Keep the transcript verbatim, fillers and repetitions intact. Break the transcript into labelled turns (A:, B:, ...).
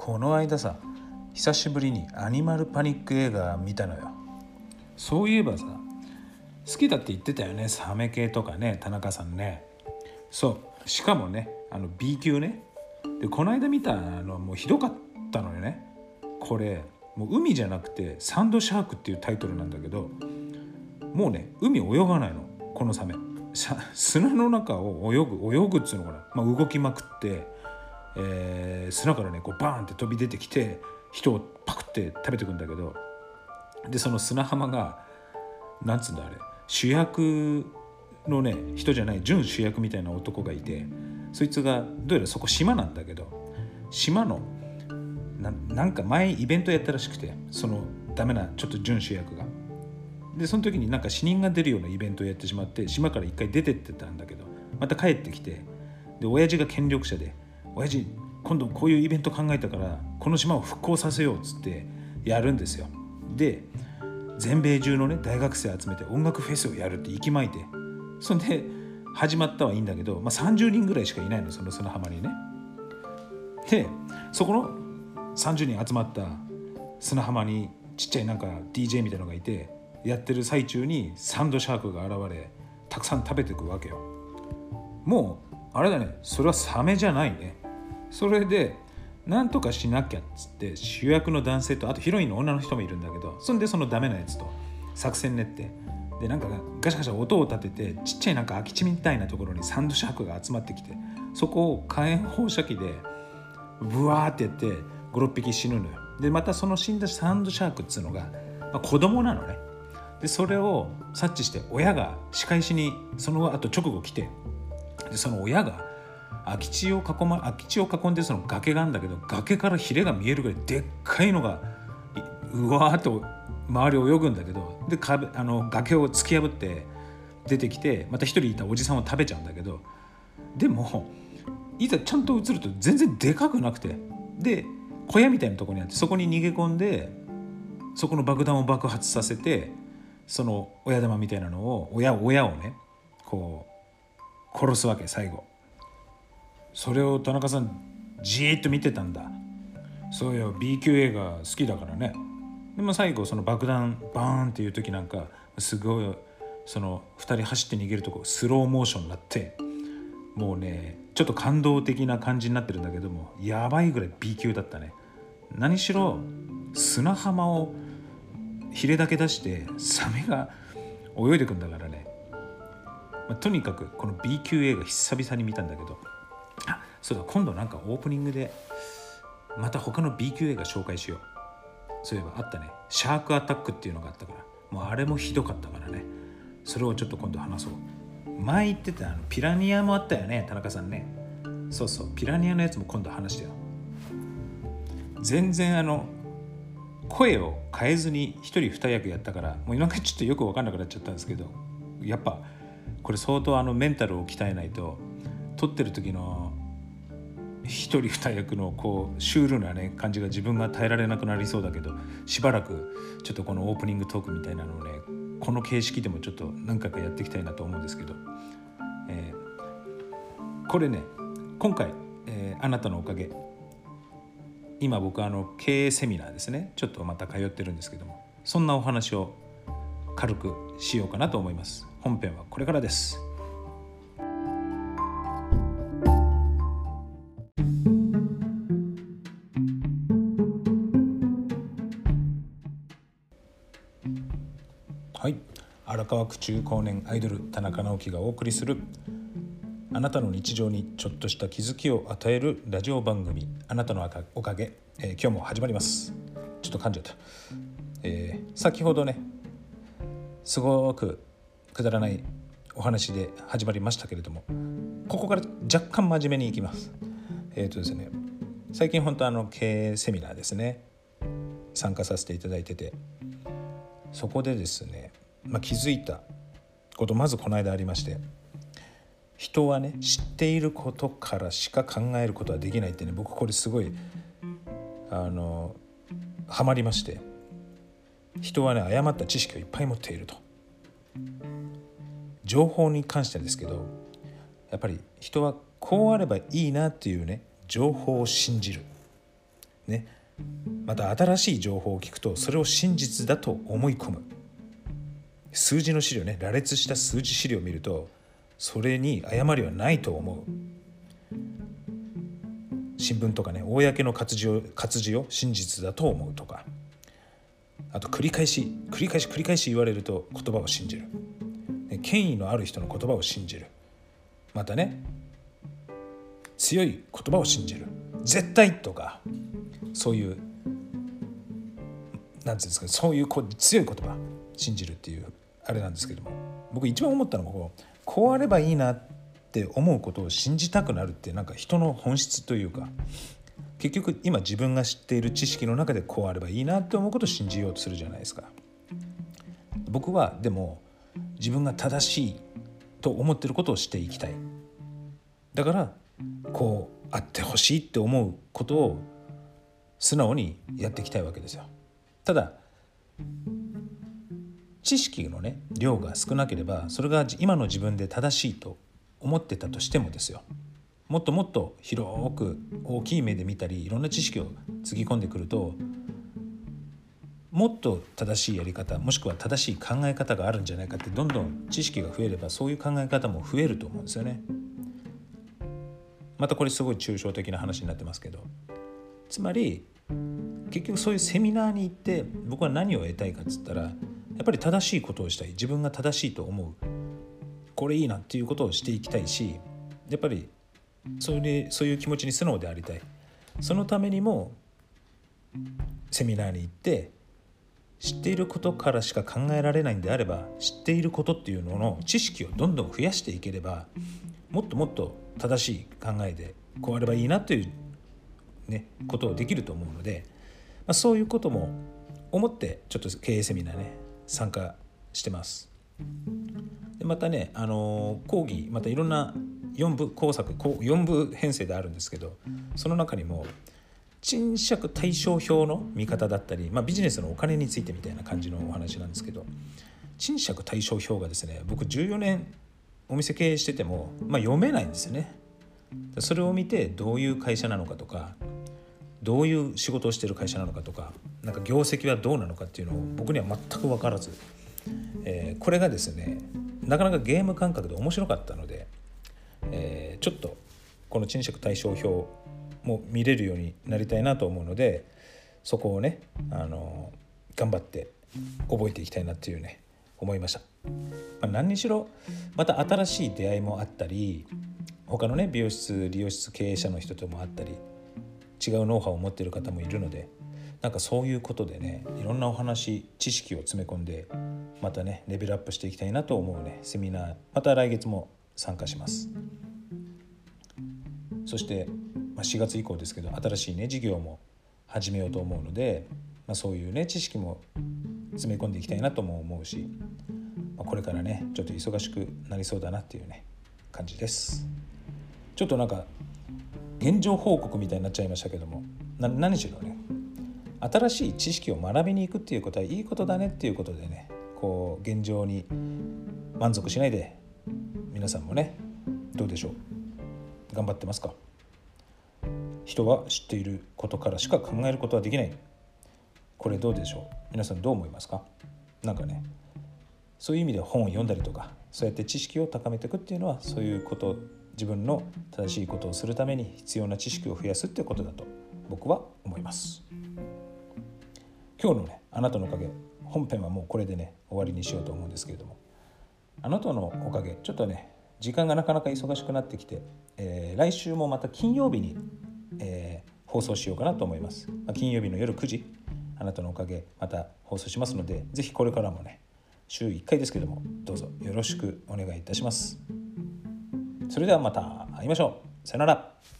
A: この間さ、久しぶりにアニマルパニック映画見たのよ。そういえばさ、好きだって言ってたよね、サメ系とかね、田中さんね。そう、しかもね、あの ビー 級ね。でこの間見たのはもうひどかったのよね。これもう海じゃなくてサンドシャークっていうタイトルなんだけど、もうね海泳がないのこのサメ。砂の中を泳ぐ泳ぐっつうのかな、まあ、動きまくって、えー、砂からねこうバーンって飛び出てきて人をパクって食べてくんだけど、でその砂浜がなんつうんだあれ、主役のね人じゃない準主役みたいな男がいて、そいつがどうやらそこ島なんだけど、島の な, なんか前イベントやったらしくて、そのダメなちょっと準主役がで、その時になんか死人が出るようなイベントをやってしまって、島から一回出てってたんだけど、また帰ってきて、で親父が権力者で、親父今度こういうイベント考えたからこの島を復興させようっつってやるんですよ。で全米中のね大学生集めて音楽フェスをやるって息巻いて、そんで始まったはいいんだけど、まあ、さんじゅうにんぐらいしかいないの、その砂浜にね。でそこのさんじゅうにん集まった砂浜にちっちゃいなんか ディージェー みたいなのがいて、やってる最中にサンドシャークが現れ、たくさん食べていくわけよ。もうあれだね、それはサメじゃないね。それでなんとかしなきゃっつって主役の男性とあとヒロインの女の人もいるんだけど、そんでそのダメなやつと作戦練って、でなんかガシャガシャ音を立てて、ちっちゃいなんか空き地みたいなところにサンドシャークが集まってきて、そこを火炎放射器でブワーってやってごろっぴき死ぬのよ。でまたその死んだサンドシャークっつうのが、まあ、子供なのね。でそれを察知して親が仕返しにその後直後来て、でその親が空き地を囲ま空き地を囲んでその崖があるんだけど、崖からヒレが見えるぐらいでっかいのがうわーっと周りを泳ぐんだけど、で壁あの崖を突き破って出てきて、また一人いたおじさんを食べちゃうんだけど、でもいざちゃんと映ると全然でかくなくて、で小屋みたいなところにあって、そこに逃げ込んでそこの爆弾を爆発させて、その親玉みたいなのを親親をねこう殺すわけ最後。それを田中さんじーっと見てたんだ。そうよ、 ビー 級映画好きだからね。でも最後その爆弾バーンっていう時なんかすごい、そのふたり走って逃げるとこスローモーションになって、もうねちょっと感動的な感じになってるんだけども、やばいぐらい ビー 級だったね。何しろ砂浜をヒレだけ出してサメが泳いでくんだからね、まあ、とにかくこの ビー 級映画久々に見たんだけど、あ、そうだ、今度なんかオープニングでまた他の ビー 級映画紹介しよう。そういえばあったね、シャークアタックっていうのがあったから、もうあれもひどかったからね、それをちょっと今度話そう。前言ってたあのピラニアもあったよね、田中さんね。そうそう、ピラニアのやつも今度話してよ。全然あの声を変えずに一人二役やったから、もう今からちょっとよく分かんなくなっちゃったんですけど、やっぱこれ相当あのメンタルを鍛えないと、撮ってる時の一人二役のこうシュールなね感じが自分が耐えられなくなりそうだけど、しばらくちょっとこのオープニングトークみたいなのをね、この形式でもちょっと何回かやっていきたいなと思うんですけど、えー、これね今回、えー、あなたのおかげ、今僕あの経営セミナーですね、ちょっとまた通ってるんですけども、そんなお話を軽くしようかなと思います。本編はこれからです。はい、荒川区中高年アイドル田中直樹がお送りする、あなたの日常にちょっとした気づきを与えるラジオ番組、あなたのおかげ、えー、今日も始まります。ちょっと噛んじゃった、えー、先ほどねすごくくだらないお話で始まりましたけれども、ここから若干真面目にいきます。えーとですね最近本当あの経営セミナーですね参加させていただいてて、そこでですね、まあ、気づいたこと、まずこの間ありまして、人はね知っていることからしか考えることはできないってね、僕これすごいあのハマりまして、人はね誤った知識をいっぱい持っていると。情報に関してですけど、やっぱり人はこうあればいいなっていうね情報を信じる。 ね、また新しい情報を聞くとそれを真実だと思い込む。数字の資料ね、羅列した数字資料を見るとそれに誤りはないと思う。新聞とかね、公の活字を活字を真実だと思うとか、あと繰り返し繰り返し繰り返し言われると言葉を信じる。権威のある人の言葉を信じる。またね、強い言葉を信じる。絶対とか、そういうなんていうんですか、そういう強い言葉信じるっていうあれなんですけども、僕一番思ったのはこうこうあればいいなって思うことを信じたくなるって、なんか人の本質というか、結局今自分が知っている知識の中でこうあればいいなって思うことを信じようとするじゃないですか。僕はでも自分が正しいと思っていることをしていきたい。だからこうあってほしいって思うことを素直にやっていきたいわけですよ。ただ知識のね量が少なければ、それが今の自分で正しいと思ってたとしてもですよ、もっともっと広く大きい目で見たりいろんな知識をつぎ込んでくると、もっと正しいやり方、もしくは正しい考え方があるんじゃないかって、どんどん知識が増えればそういう考え方も増えると思うんですよね。またこれすごい抽象的な話になってますけど、つまり結局そういうセミナーに行って僕は何を得たいかっつったら、やっぱり正しいことをしたい、自分が正しいと思う、これいいなっていうことをしていきたいし、やっぱりそれそういう気持ちに素直でありたい。そのためにもセミナーに行って知っていることからしか考えられないんであれば、知っていることっていうのの知識をどんどん増やしていければ、もっともっと正しい考えでこうあればいいなという、ね、ことをできると思うので、まあ、そういうことも思ってちょっと経営セミナーね参加してます。でまたね、あのー、講義またいろんなよん部工作よん部編成であるんですけど、その中にも賃借対照表の見方だったり、まあ、ビジネスのお金についてみたいな感じのお話なんですけど、賃借対照表がですね、僕じゅうよねんお店経営してても、まあ、読めないんですよね。それを見てどういう会社なのかとか、どういう仕事をしている会社なのかとか、なんか業績はどうなのかっていうのを僕には全く分からず、えー、これがですねなかなかゲーム感覚で面白かったので、えー、ちょっとこの賃借対照表も見れるようになりたいなと思うので、そこをね、あの頑張って覚えていきたいなっていうね思いました。まあ、何にしろまた新しい出会いもあったり、他のね美容室理容室経営者の人ともあったり、違うノウハウを持っている方もいるので、なんかそういうことでねいろんなお話知識を詰め込んでまたねレベルアップしていきたいなと思うねセミナー、また来月も参加します。そしてまあ、しがつ以降ですけど新しいね事業も始めようと思うので、まあ、そういうね知識も詰め込んでいきたいなとも思うし、まあ、これからねちょっと忙しくなりそうだなっていうね感じです。ちょっとなんか現状報告みたいになっちゃいましたけども、な何しろね新しい知識を学びに行くっていうことはいいことだねっていうことでね、こう現状に満足しないで皆さんもねどうでしょう、頑張ってますか。人は知っていることからしか考えることはできない。これどうでしょう、皆さんどう思いますか。なんかねそういう意味で本を読んだりとか、そうやって知識を高めていくっていうのは、そういうこと、自分の正しいことをするために必要な知識を増やすっていうことだと僕は思います。今日のねあなたのおかげ本編はもうこれでね終わりにしようと思うんですけれども、あなたのおかげちょっとね時間がなかなか忙しくなってきて、えー、来週もまた金曜日にえー、放送しようかなと思います。まあ、金曜日の夜くじ、あなたのおかげまた放送しますので、ぜひこれからもね週いっかいですけどもどうぞよろしくお願いいたします。それではまた会いましょう。さよなら。